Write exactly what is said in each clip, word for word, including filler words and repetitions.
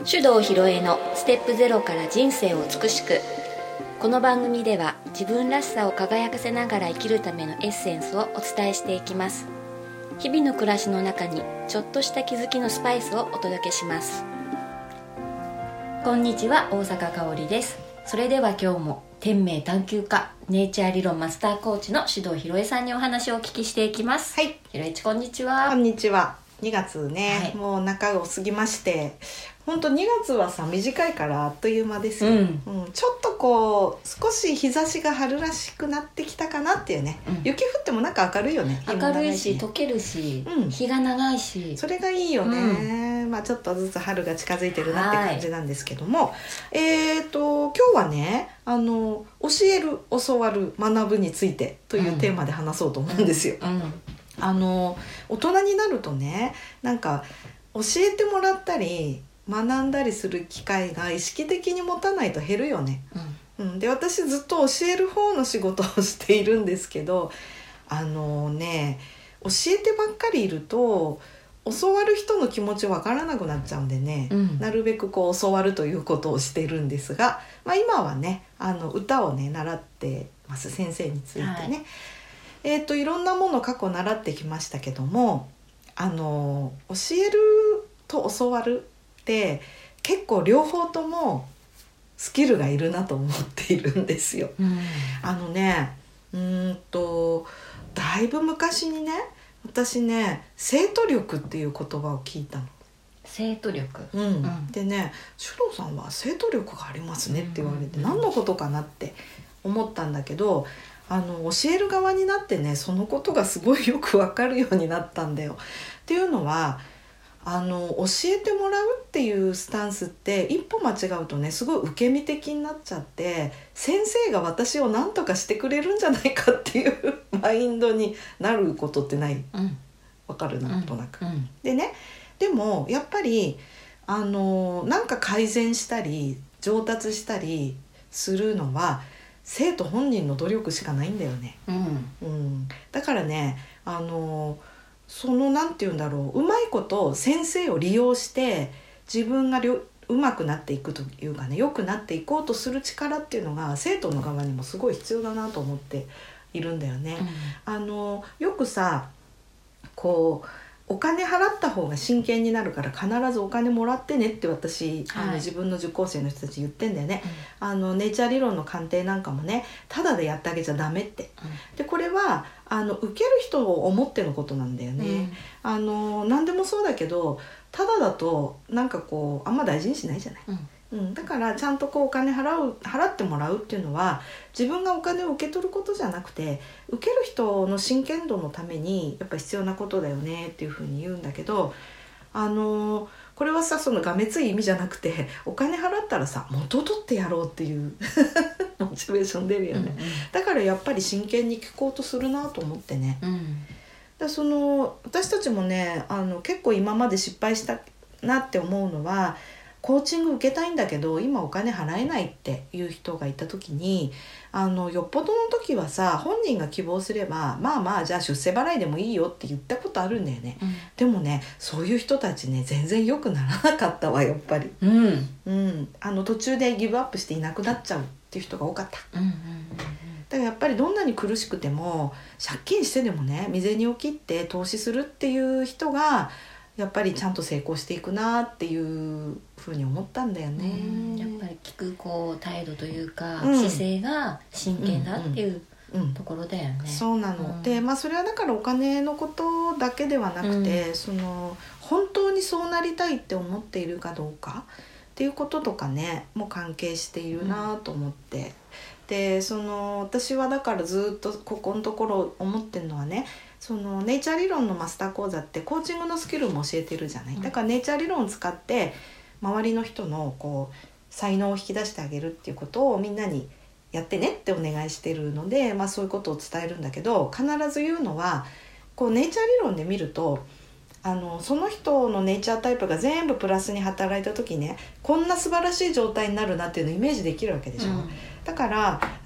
手動ひろえのステップゼロから人生を美しく。この番組では自分らしさを輝かせながら生きるためのエッセンスをお伝えしていきます。日々の暮らしの中にちょっとした気づきのスパイスをお届けします。こんにちは、大阪香織です。それでは今日も天命探求家ネイチャー理論マスターコーチの手動ひろえさんにお話をお聞きしていきます。 はい、 ひろえち、こんにちは。 こんにちは。にがつね、 はい、 もう中を過ぎまして、本当にがつはさ短いからあっという間ですよ、 うんうん、ちょっとこう少し日差しが春らしくなってきたかなっていうね、うん、雪降ってもなんか明るいよね。 明るいし、溶けるし、うん、日が長いし、 それがいいよね、うん、まあちょっとずつ春が近づいてるなって感じなんですけども、はい、えーと今日はね、あの教える、教わる、学ぶについてというテーマで話そうと思うんですよ、うんうん、あの大人になるとね、なんか教えてもらったり学んだりする機会が意識的に持たないと減るよね、うんうん、で私ずっと教える方の仕事をしているんですけど、あのね教えてばっかりいると教わる人の気持ちわからなくなっちゃうんでね、うん、なるべくこう教わるということをしているんですが、まあ、今はねあの歌をね習ってます。先生についてね、はい、えーと、いろんなものを過去習ってきましたけども、あの教えると教わるって結構両方ともスキルがいるなと思っているんですよ、うん、あのねうーんとだいぶ昔にね、私ね生徒力っていう言葉を聞いたの。 生徒力、 うんうん、でね、シュロさんは生徒力がありますねって言われて、うんうん、何のことかなって思ったんだけど、あの教える側になってねそのことがすごいよくわかるようになったんだよ。っていうのは、あの教えてもらうっていうスタンスって一歩間違うとねすごい受け身的になっちゃって、先生が私を何とかしてくれるんじゃないかっていうマインドになることってない？わ、うん、かるなんとなく、うんうん、でね、でもやっぱりあのなんか改善したり上達したりするのは生徒本人の努力しかないんだよね、うんうん、だからね、あのそのなんて言うんだろう、うまいこと先生を利用して自分がうまくなっていくというかね、良くなっていこうとする力っていうのが生徒の側にもすごい必要だなと思っているんだよね、うん、あのよくさこうお金払った方が真剣になるから必ずお金もらってねって私、はい、あの自分の受講生の人たち言ってんだよね、うん、あのネイチャー理論の鑑定なんかもねただでやってあげちゃダメって、うん、でこれはあの受ける人を思ってのことなんだよね、うん、あの何でもそうだけどただだとなんかこうあんま大事にしないじゃない、うんうん、だからちゃんとこうお金払う払ってもらうっていうのは自分がお金を受け取ることじゃなくて受ける人の真剣度のためにやっぱ必要なことだよねっていうふうに言うんだけど、あのー、これはさそのがめつい意味じゃなくてお金払ったらさ元取ってやろうっていうモチベーション出るよね、うんうん、だからやっぱり真剣に聞こうとするなと思ってね、うん、だその私たちもねあの結構今まで失敗したなって思うのは、コーチング受けたいんだけど今お金払えないっていう人がいた時に、あのよっぽどの時はさ本人が希望すればまあまあじゃあ出世払いでもいいよって言ったことあるんだよね、うん、でもねそういう人たちね全然良くならなかったわやっぱり、うんうん、あの途中でギブアップしていなくなっちゃうっていう人が多かった、うんうんうんうん、だからやっぱりどんなに苦しくても借金してでもね身銭を切って投資するっていう人がやっぱりちゃんと成功していくなっていうふうに思ったんだよね、 うん、やっぱり聞くこう態度というか、うん、姿勢が真剣だっていう、うんうん、ところだよね。 そうなの、うん、で、まあ、それはだからお金のことだけではなくて、うん、その本当にそうなりたいって思っているかどうかっていうこととかねも関係しているなと思って、うん、でその私はだからずっとここのところ思ってるのはね、そのネイチャー理論のマスター講座ってコーチングのスキルも教えてるじゃない。だからネイチャー理論を使って周りの人のこう才能を引き出してあげるっていうことをみんなにやってねってお願いしてるので、まあ、そういうことを伝えるんだけど、必ず言うのはこうネイチャー理論で見るとあのその人のネイチャータイプが全部プラスに働いた時ねこんな素晴らしい状態になるなっていうのをイメージできるわけでしょ、うん、だから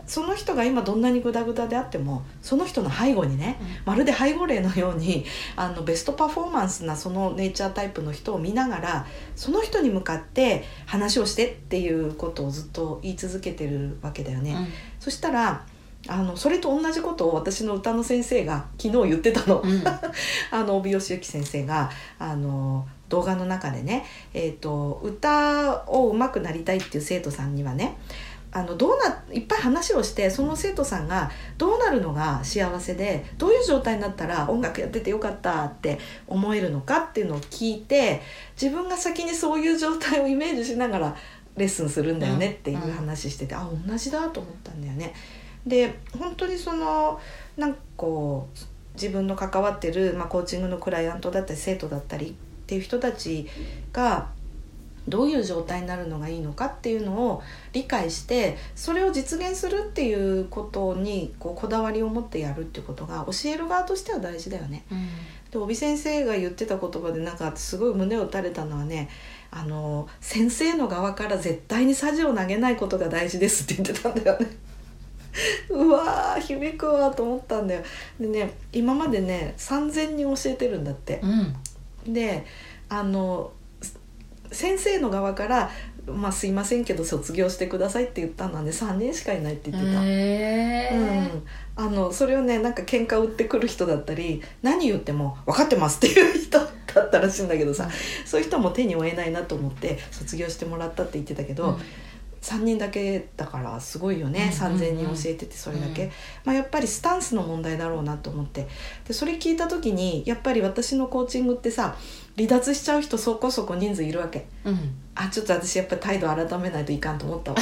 その人が今どんなにグダグダであってもその人の背後にね、うん、まるで背後霊のようにあのベストパフォーマンスなそのネイチャータイプの人を見ながらその人に向かって話をしてっていうことをずっと言い続けてるわけだよね、うん、そしたらあのそれと同じことを私の歌の先生が昨日言ってたの、うん、あの帯吉幸先生があの動画の中でね、えーと、歌を上手くなりたいっていう生徒さんにはねあのどうないっぱい話をしてその生徒さんがどうなるのが幸せでどういう状態になったら音楽やっててよかったって思えるのかっていうのを聞いて自分が先にそういう状態をイメージしながらレッスンするんだよねっていう話してて、うんうん、あ同じだと思ったんだよね。で本当にそのなんかこう自分の関わってる、まあ、コーチングのクライアントだったり生徒だったりっていう人たちがどういう状態になるのがいいのかっていうのを理解してそれを実現するっていうことにこうこだわりを持ってやるっていうことが教える側としては大事だよね、うん、で帯先生が言ってた言葉でなんかすごい胸を打たれたのはねあの先生の側から絶対にさじを投げないことが大事ですって言ってたんだよねうわー響くわと思ったんだよ。でね今までねさんぜんにん教えてるんだって、うん、であの先生の側から、まあ、すいませんけど卒業してくださいって言ったのはねさんにんしかいないって言ってた、へー、うん、あのそれをねなんか喧嘩売ってくる人だったり何言っても分かってますっていう人だったらしいんだけどさ、うん、そういう人も手に負えないなと思って卒業してもらったって言ってたけど、うん、さんにんだけだからすごいよね、うんうんうん、さんぜんにん教えててそれだけ、うんまあ、やっぱりスタンスの問題だろうなと思ってでそれ聞いた時にやっぱり私のコーチングってさ離脱しちゃう人そこそこ人数いるわけ、うん、あちょっと私やっぱり態度改めないといかんと思ったわ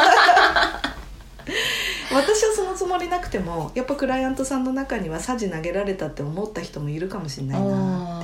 私はそのつもりなくてもやっぱクライアントさんの中にはさじ投げられたって思った人もいるかもしれないなって、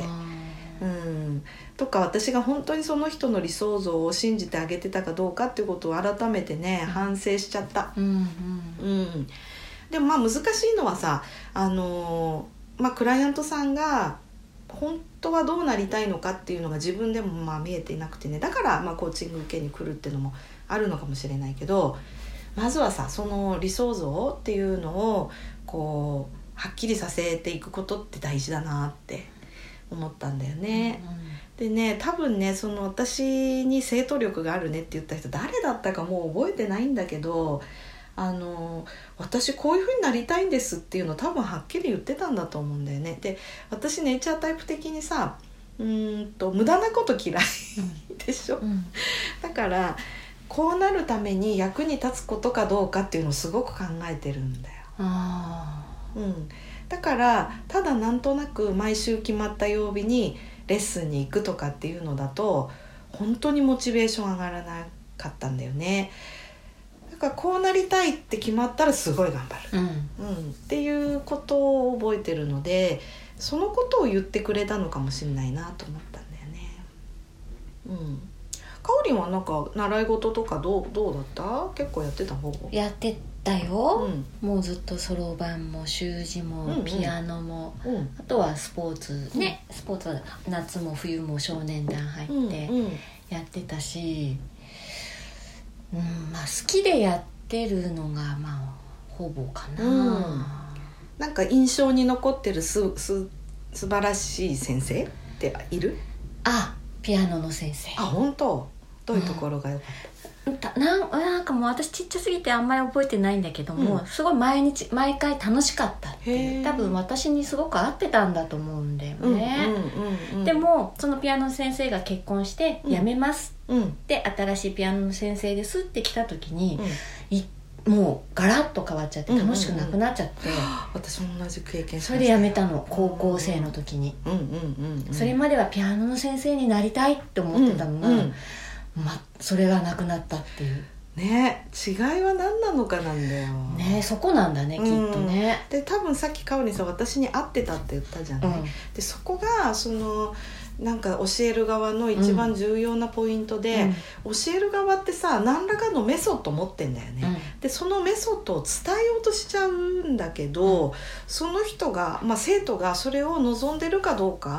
うん、とか私が本当にその人の理想像を信じてあげてたかどうかっていうことを改めてね、うん、反省しちゃった、うんうんうん、でもまあ難しいのはさあのーまあ、クライアントさんが本当はどうなりたいのかっていうのが自分でもまあ見えていなくてねだからまあコーチング受けに来るっていうのもあるのかもしれないけどまずはさその理想像っていうのをこうはっきりさせていくことって大事だなって思ったんだよね、うんうん、でね多分ねその私に生徒力があるねって言った人誰だったかもう覚えてないんだけどあの私こういう風になりたいんですっていうのを多分はっきり言ってたんだと思うんだよね。で私ネイチャータイプ的にさうーんと無駄なこと嫌いでしょ、うん、だからこうなるために役に立つことかどうかっていうのをすごく考えてるんだよ。あ、うん、だからただなんとなく毎週決まった曜日にレッスンに行くとかっていうのだと本当にモチベーション上がらなかったんだよね。だからこうなりたいって決まったらすごい頑張る、うんうん、っていうことを覚えてるのでそのことを言ってくれたのかもしれないなと思ったんだよね。うん。かおりんはなんか習い事とかどう、どうだった？結構やってた方？ やってたよ、うん、もうずっとそろばんも習字も、うんうん、ピアノも、うん、あとはスポーツね、うん、スポーツは夏も冬も少年団入ってやってたし、うんうん、まあ好きでやってるのがまあほぼかな、うん、 なんか印象に残ってるすす素晴らしい先生っている？ あ、ピアノの先生。 あ、本当？どういうところが良かった？ うん、な, なんかもう私ちっちゃすぎてあんまり覚えてないんだけども、うん、すごい毎日毎回楽しかったっていう多分私にすごく合ってたんだと思うんだよね、うんうんうんうん、でもそのピアノの先生が結婚して辞めます、うん、で新しいピアノの先生ですって来た時に、うん、いもうガラッと変わっちゃって楽しくなくなっちゃって、うんうんうん、 私も同じ経験しました。 それで辞めたの高校生の時に、うんうんうんうん、それまではピアノの先生になりたいって思ってたのが、うんうんま、それがなくなったっていうね。違いは何なのかなんだよね。そこなんだね、きっとね、 うん、で多分さっきかおりんさん私に合ってたって言ったじゃない、うん、でそこがそのなんか教える側の一番重要なポイントで、うん、教える側ってさ何らかのメソッド持ってんだよね、うん、でそのメソッドを伝えようとしちゃうんだけど、うん、その人が、まあ、生徒がそれを望んでるかどうかっ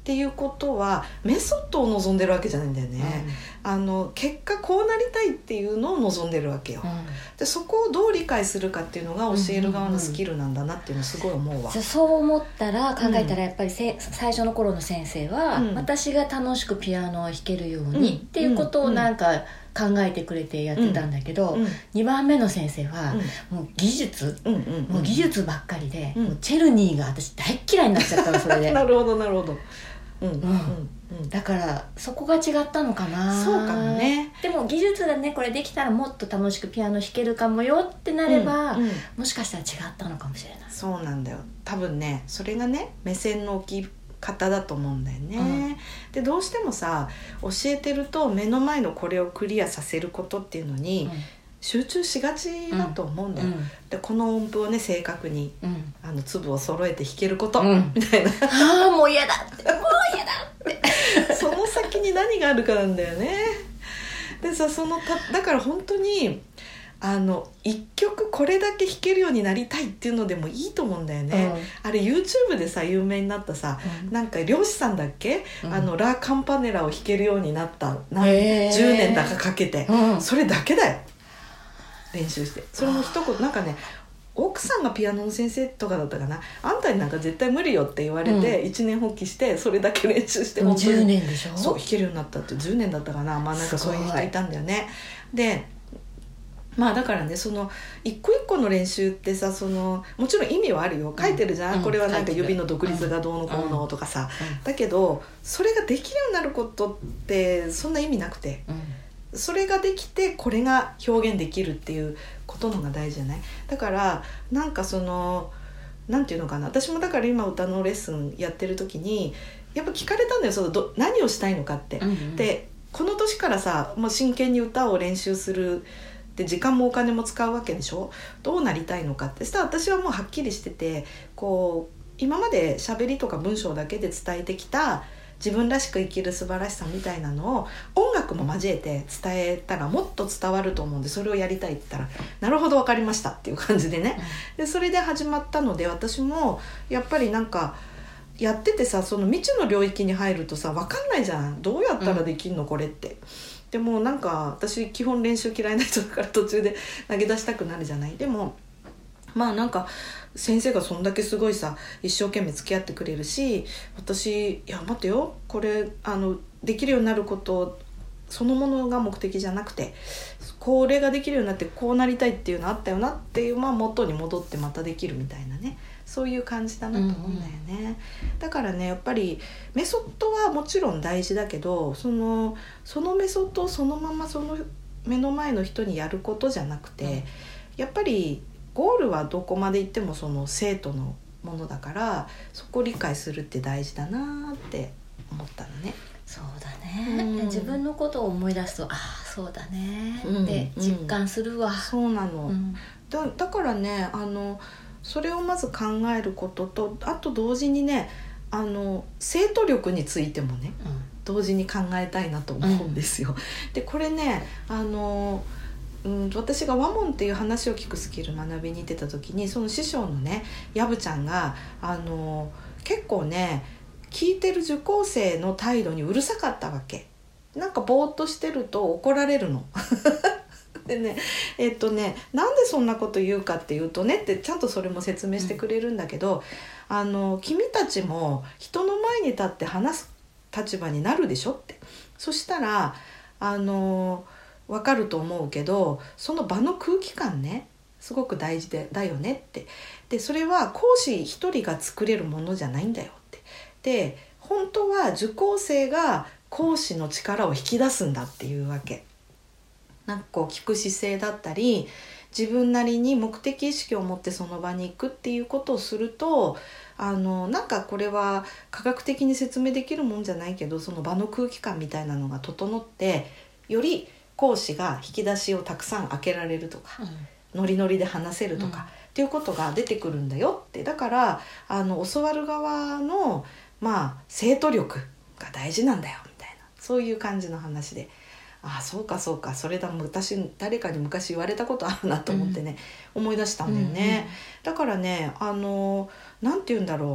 っていうことはメソッドを望んでるわけじゃないんだよね、うん、あの結果こうなりたいっていうのを望んでるわけよ、うん、でそこをどう理解するかっていうのが教える側のスキルなんだなっていうのをすごい思うわ、 うんうん、そう思ったら考えたらやっぱりせ、うん、最初の頃の先生は、うん、私が楽しくピアノを弾けるようにっていうことをなんか考えてくれてやってたんだけど、うんうん、にばんめの先生は、うん、もう技術、うんうんうん、もう技術ばっかりで、うん、もうチェルニーが私大っ嫌いになっちゃったのそれでなるほどなるほど、うんうんうん、だからそこが違ったのかな。 そうかもね。 でも技術がねこれできたらもっと楽しくピアノ弾けるかもよってなれば、うんうん、もしかしたら違ったのかもしれない。 そうなんだよ。多分ねそれがね目線の置き方だと思うんだよね、うん、でどうしてもさ教えてると目の前のこれをクリアさせることっていうのに、うん集中しがちだと思うんだよ、うん、でこの音符をね正確に、うん、あの粒を揃えて弾けること、うん、みたいなああもう嫌だってもう嫌だってその先に何があるかなんだよね。でさそのただから本当にあの一曲これだけ弾けるようになりたいっていうのでもいいと思うんだよね、うん、あれ YouTube でさ有名になったさ、うん、なんか漁師さんだっけ、うん、あのラ・カンパネラを弾けるようになった何じゅうねんだかかけて、うん、それだけだよ練習して。それも一言なんかね奥さんがピアノの先生とかだったかな、あんたになんか絶対無理よって言われて、うん、一年発起してそれだけ練習して本当にじゅうねんでしょ。 そう弾けるようになったってじゅうねんだったかな、まあなんかそういう人いたんだよね。でまあだからねその一個一個の練習ってさそのもちろん意味はあるよ、書いてるじゃん、うん、これはなんか指の独立がどうのこうのとかさ、うん、だけどそれができるようになることってそんな意味なくて、うんそれができてこれが表現できるっていうことのが大事じゃない。だからなんかそのなんていうのかな、私もだから今歌のレッスンやってる時にやっぱ聞かれたんだよ、そのど何をしたいのかって、うんうん、でこの年からさもう真剣に歌を練習するで時間もお金も使うわけでしょ。どうなりたいのかってしたら私はもうはっきりしてて、こう今まで喋りとか文章だけで伝えてきた自分らしく生きる素晴らしさみたいなのを音楽も交えて伝えたらもっと伝わると思うんで、それをやりたいって言ったらなるほど分かりましたっていう感じでね、でそれで始まったので、私もやっぱりなんかやっててさその未知の領域に入るとさ分かんないじゃん、どうやったらできんのこれって。でもなんか私基本練習嫌いな人だから途中で投げ出したくなるじゃない。でもまあなんか先生がそんだけすごいさ一生懸命付き合ってくれるし、私いや待てよこれあのできるようになることそのものが目的じゃなくて、これができるようになってこうなりたいっていうのあったよなっていう、まあ、元に戻ってまたできるみたいなね、そういう感じだなと思うんだよね、うんうん、だからねやっぱりメソッドはもちろん大事だけど、そのそのメソッドをそのままその目の前の人にやることじゃなくて、うん、やっぱりゴールはどこまで行ってもその生徒のものだから、そこを理解するって大事だなって思ったのね。 そうだね、うん、自分のことを思い出すとああそうだねって実感するわ、うんうん、 そうなの、うん、だ, だからねあのそれをまず考えることと、あと同時にねあの生徒力についてもね、うん、同時に考えたいなと思うんですよ、うん、でこれねあのうん、私が和門っていう話を聞くスキル学びに行ってた時に、その師匠のねやぶちゃんがあの結構ね聞いてる受講生の態度にうるさかったわけ。なんかぼーっとしてると怒られるのでねえっとねなんでそんなこと言うかっていうとねってちゃんとそれも説明してくれるんだけど、うん、あの君たちも人の前に立って話す立場になるでしょって。そしたらあの分かると思うけど、その場の空気感ねすごく大事でだよねって。でそれは講師一人が作れるものじゃないんだよって。で本当は受講生が講師の力を引き出すんだっていうわけ。なんかこう聞く姿勢だったり自分なりに目的意識を持ってその場に行くっていうことをすると、あのなんかこれは科学的に説明できるもんじゃないけど、その場の空気感みたいなのが整ってより講師が引き出しをたくさん開けられるとか、うん、ノリノリで話せるとか、うん、っていうことが出てくるんだよって。だからあの教わる側の、まあ、生徒力が大事なんだよみたいな、そういう感じの話で、ああそうかそうかそれだ私誰かに昔言われたことあるなと思ってね、うん、思い出したんだよね、うんうん、だからねあのなんて言うんだろう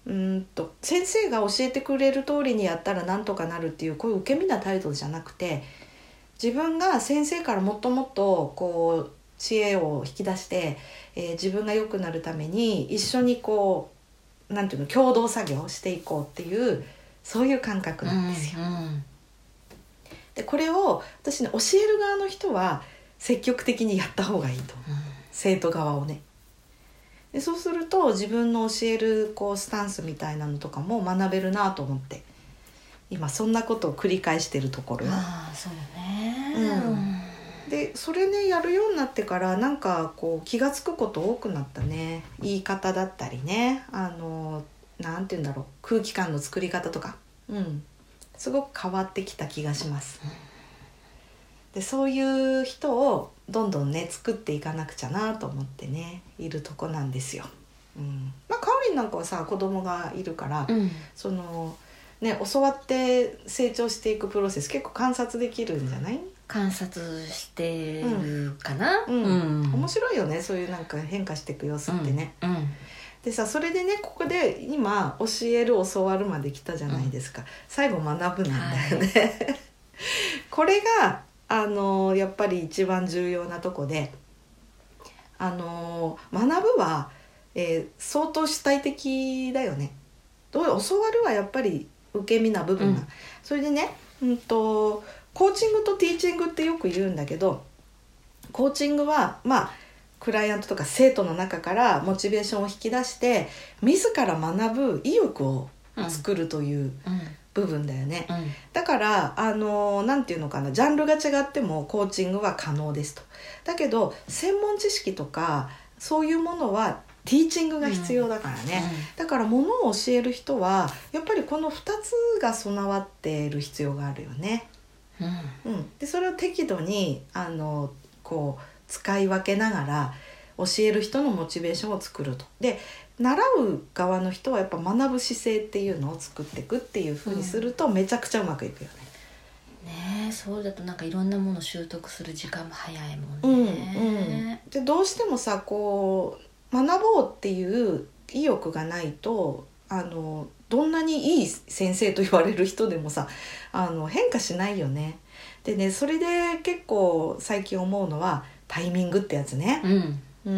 うんと先生が教えてくれる通りにやったらなんとかなるっていうこういう受け身な態度じゃなくて、自分が先生からもっともっとこう知恵を引き出して、えー、自分が良くなるために一緒にこうなんていうの共同作業をしていこうっていうそういう感覚なんですよ。 うんうん、 でこれを私ね教える側の人は積極的にやった方がいいと思う、うん、生徒側をね。でそうすると自分の教えるこうスタンスみたいなのとかも学べるなと思って今そんなことを繰り返してるところ。 ああそうね、 うん、でそれねやるようになってからなんかこう気がつくこと多くなったね。言い方だったりね、あのなんて言うんだろう、空気感の作り方とか、うん、すごく変わってきた気がします。でそういう人をどんどんね作っていかなくちゃなと思ってねいるとこなんですよ。うん、まあかおりんなんかはさ子供がいるから、 うん、 そのね教わって成長していくプロセス結構観察できるんじゃない？ 観察してるかな、 うんうんうん、面白いよねそういうなんか変化していく様子ってね、 うんうん、 でさそれでねここで今教える教わるまで来たじゃないですか、うん、最後学ぶなんだよね、はい、これがあのやっぱり一番重要なとこで、あの学ぶは、えー、相当主体的だよね。どう教わるはやっぱり受け身な部分が、うん、それでね、うんと、コーチングとティーチングってよく言うんだけど、コーチングはまあクライアントとか生徒の中からモチベーションを引き出して自ら学ぶ意欲を作るという部分だよね、うんうん、だからあのなんていうのかな、ジャンルが違ってもコーチングは可能ですと。だけど専門知識とかそういうものはティーチングが必要だからね、うんうん、だからものを教える人はやっぱりこのふたつが備わっている必要があるよね、うんうん、でそれを適度にあのこう使い分けながら教える人のモチベーションを作ると。で習う側の人はやっぱ学ぶ姿勢っていうのを作っていくっていう風にするとめちゃくちゃうまくいくよね、 うん、ねえ、そうだとなんかいろんなものを習得する時間も早いもんね、 うんうん、でどうしてもさこう学ぼうっていう意欲がないとあのどんなにいい先生と言われる人でもさあの変化しないよね。でねそれで結構最近思うのはタイミングってやつね、 うんうん、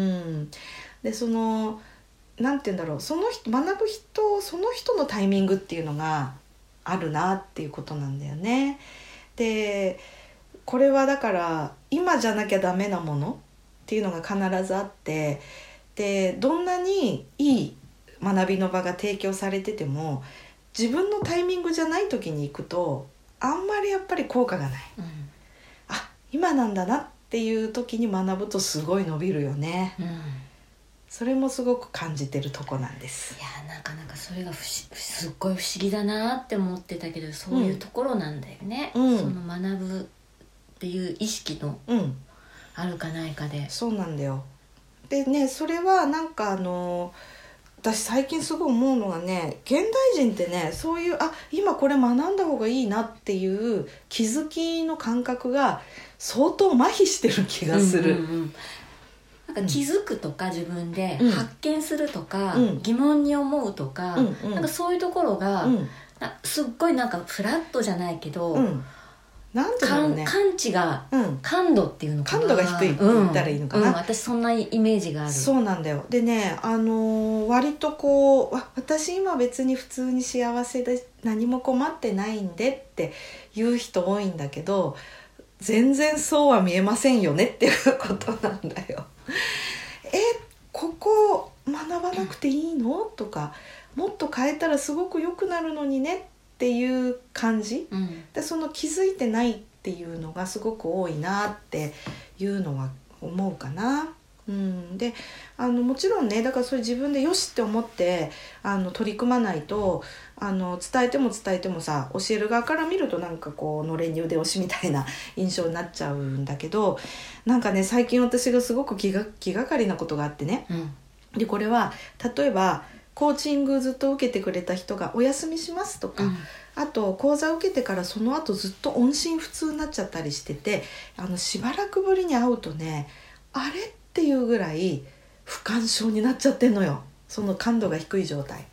でそのなんて言うんだろう、その人学ぶ人その人のタイミングっていうのがあるなっていうことなんだよね。でこれはだから今じゃなきゃダメなものっていうのが必ずあって、でどんなにいい学びの場が提供されてても自分のタイミングじゃない時に行くとあんまりやっぱり効果がない、うん、あ今なんだなっていう時に学ぶとすごい伸びるよね、うん、それもすごく感じてるとこなんです。 いやなかなかそれが不思すっごい不思議だなって思ってたけどそういうところなんだよね、うん、その学ぶっていう意識のあるかないかで、うん、 そうなんだよ。でねそれはなんかあの私最近すごい思うのがね、現代人ってねそういうあ今これ学んだ方がいいなっていう気づきの感覚が相当麻痺してる気がする、うんうんうん、 なんか気づくとか、うん、自分で発見するとか、うん、疑問に思うとか、うんうん、なんかそういうところが、うん、すっごいなんかフラットじゃないけど、うんなんていうのね、感知が、うん、感度っていうのかな、 感度が低いって言ったらいいのかな、 うんうん、私そんなイメージがある。 そうなんだよ。でね、あのー、割とこう私今別に普通に幸せで何も困ってないんでって言う人多いんだけど全然そうは見えませんよねっていうことなんだよえここ学ばなくていいのとかもっと変えたらすごく良くなるのにねっていう感じ、うん、でその気づいてないっていうのがすごく多いなっていうのは思うかな、うん、であのもちろんねだからそれ自分でよしって思ってあの取り組まないとあの伝えても伝えてもさ教える側から見るとなんかこうのれんに腕押しみたいな印象になっちゃうんだけどなんかね最近私がすごく気が、気がかりなことがあってね、うん、でこれは例えばコーチングずっと受けてくれた人がお休みしますとか、うん、あと講座受けてからその後ずっと音信不通になっちゃったりしててあのしばらくぶりに会うとねあれっていうぐらい不干渉になっちゃってんのよ、その感度が低い状態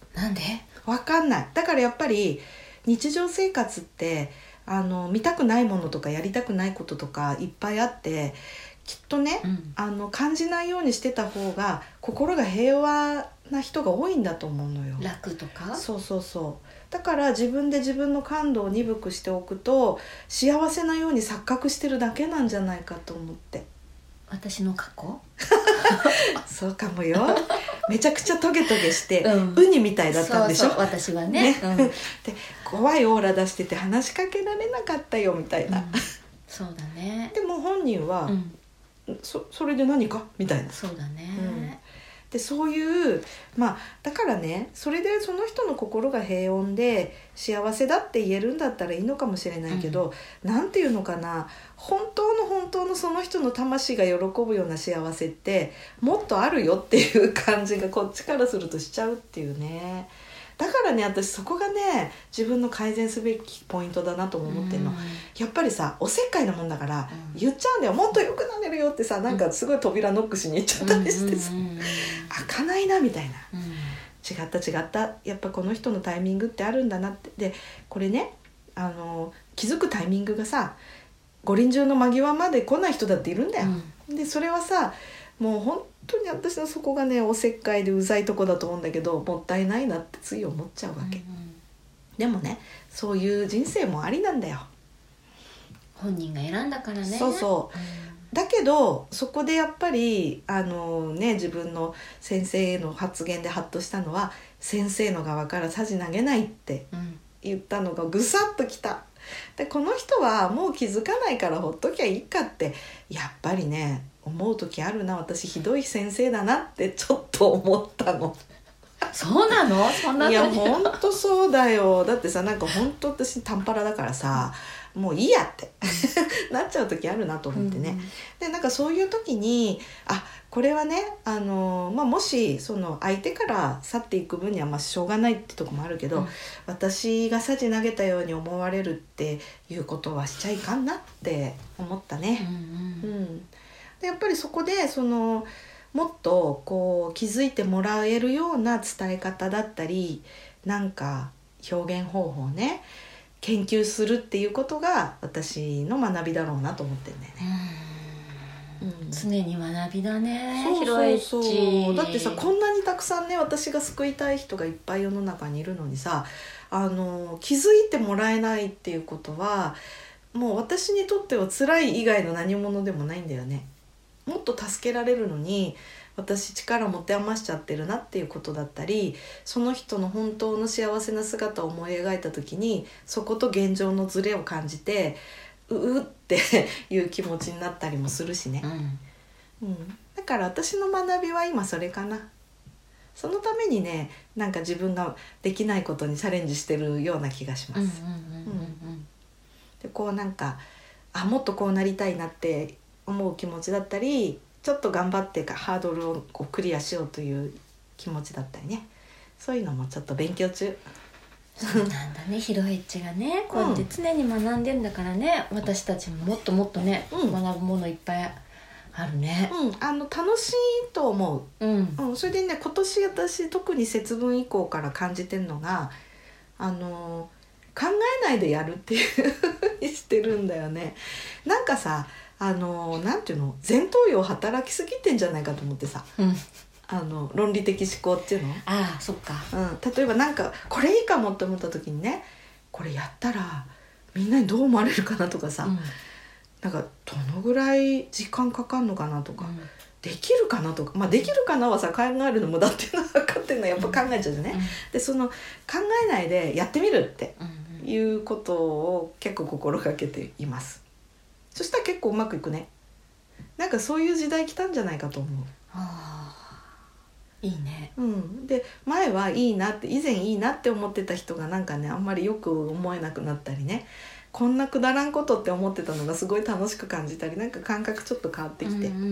なんで？ わかんない。だからやっぱり日常生活ってあの見たくないものとかやりたくないこととかいっぱいあって、きっとね、うん、あの感じないようにしてた方が心が平和な人が多いんだと思うのよ。 楽とか？ そうそうそう。だから自分で自分の感度を鈍くしておくと幸せなように錯覚してるだけなんじゃないかと思って。 私の過去そうかもよ。めちゃくちゃトゲトゲして、うん、ウニみたいだったんでしょ。 そうそう、私はね、ね、うん、で怖いオーラ出してて話しかけられなかったよみたいな、うん、 そうだね。 でも本人は、うん、そ, それで何かみたいな。 そうだね、うん、 でそういうまあだからね、それでその人の心が平穏で幸せだって言えるんだったらいいのかもしれないけど、うん、なんていうのかな、本当の本当のその人の魂が喜ぶような幸せってもっとあるよっていう感じがこっちからするとしちゃうっていうね。だからね、私そこがね自分の改善すべきポイントだなとも思ってんの、うん、やっぱりさおせっかいなもんだから、うん、言っちゃうんだよ、もっと良くなれるよってさ、なんかすごい扉ノックしに行っちゃったりしてさ、うんうんうんうん、開かないなみたいな、うん、違った違ったやっぱこの人のタイミングってあるんだなって。でこれね、あの気づくタイミングがさ五輪中の間際まで来ない人だっているんだよ、うん、でそれはさもう本当に私のそこがねおせっかいでうざいとこだと思うんだけど、もったいないなってつい思っちゃうわけ、うんうん、でもねそういう人生もありなんだよ、 本人が選んだからね。 そうそう、うん、だけどそこでやっぱりあのね自分の先生の発言でハッとしたのは、先生の側からさじ投げないって言ったのがぐさっときた。でこの人はもう気づかないからほっときゃいいかってやっぱりね思う時あるな。私ひどい先生だなってちょっと思ったの。 そうなの？そんなの？ いやほんとそうだよ。だってさ、なんかほんと私短パラだからさ、もういいやってなっちゃう時あるなと思ってね、うん、でなんかそういう時にあこれはねあの、まあ、もしその相手から去っていく分にはまあしょうがないってとこもあるけど、うん、私がさじ投げたように思われるっていうことはしちゃいかんなって思ったね、うんうんうん、でやっぱりそこでそのもっとこう気づいてもらえるような伝え方だったりなんか表現方法をね研究するっていうことが私の学びだろうなと思ってるんだよね。 うん、うん、常に学びだね。 そうそうそうそう。だってさこんなにたくさんね私が救いたい人がいっぱい世の中にいるのにさ、あの気づいてもらえないっていうことはもう私にとっては辛い以外の何物でもないんだよね。もっと助けられるのに私力持て余しちゃってるなっていうことだったり、その人の本当の幸せな姿を思い描いた時にそこと現状のズレを感じてううっていう気持ちになったりもするしね、うんうん、だから私の学びは今それかな。そのためにねなんか自分ができないことにチャレンジしてるような気がします。でこうなんかあもっとこうなりたいなって思う気持ちだったりちょっと頑張ってかハードルをこうクリアしようという気持ちだったりね、そういうのもちょっと勉強中。 そうなんだね。ヒロエッチがねこうやって常に学んでんだからね、うん、私たちももっともっとね、うん、学ぶものいっぱいあるね、 うん、あの楽しいと思う、うんうん、それでね今年私特に節分以降から感じてるのがあの考えないでやるっていうふうにしてるんだよね。なんかさあのなんていうの前頭葉働きすぎてんじゃないかと思ってさ、うん、あの論理的思考っていうのああそっか、 うん、例えばなんかこれいいかもって思った時にねこれやったらみんなにどう思われるかなとかさ、うん、なんかどのぐらい時間かかんのかなとか、うん、できるかなとか、まあ、できるかなはさ考えるの無駄っていうのは分かってるのはやっぱ考えちゃうじゃね、うん、でその考えないでやってみるっていうことを結構心がけています。そしたら結構うまくいくね。なんかそういう時代来たんじゃないかと思う。 はあ、いいね、 うん、で前はいいなって以前いいなって思ってた人がなんかねあんまりよく思えなくなったりね、こんなくだらんことって思ってたのがすごい楽しく感じたりなんか感覚ちょっと変わってきて、うんうんうん、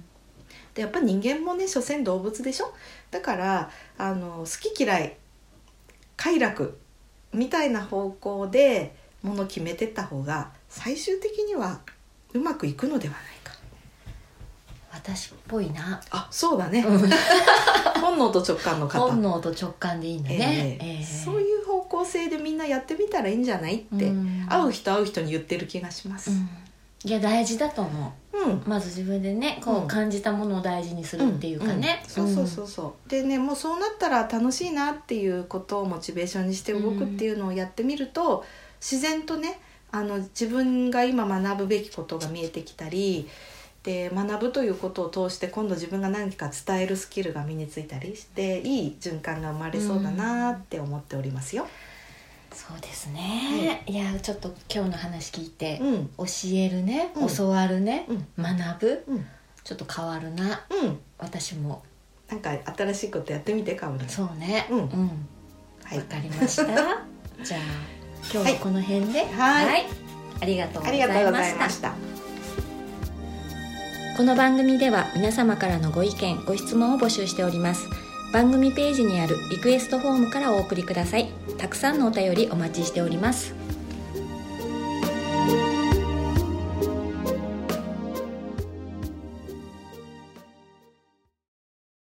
でやっぱ人間もね所詮動物でしょ。だからあの好き嫌い快楽みたいな方向でもの決めてった方が最終的にはうまくいくのではないか。 私っぽいな。 あ、そうだね本能と直感の方、 本能と直感でいいんだね、 えーえー、 そういう方向性でみんなやってみたらいいんじゃないって、うん、会う人会う人に言ってる気がします、うん、 いや大事だと思う、うん、まず自分でねこう感じたものを大事にするっていうかね、 うんうんうん、そうそうそうそうでね、もうそうなったら楽しいなっていうことをモチベーションにして動くっていうのをやってみると、うん、自然とねあの自分が今学ぶべきことが見えてきたりで、学ぶということを通して今度自分が何か伝えるスキルが身についたりしていい循環が生まれそうだなって思っておりますよ、 うん、そうですね、はい、いやちょっと今日の話聞いて、うん、教えるね、うん、教わるね、うん、学ぶ、うん、ちょっと変わるな、うん、私もなんか新しいことやってみてかおりそうね、うんうん、はい、わかりましたじゃあ今日はこの辺で、はい、はい、ありがとうございました。この番組では皆様からのご意見ご質問を募集しております。番組ページにあるリクエストフォームからお送りください。たくさんのお便りお待ちしております。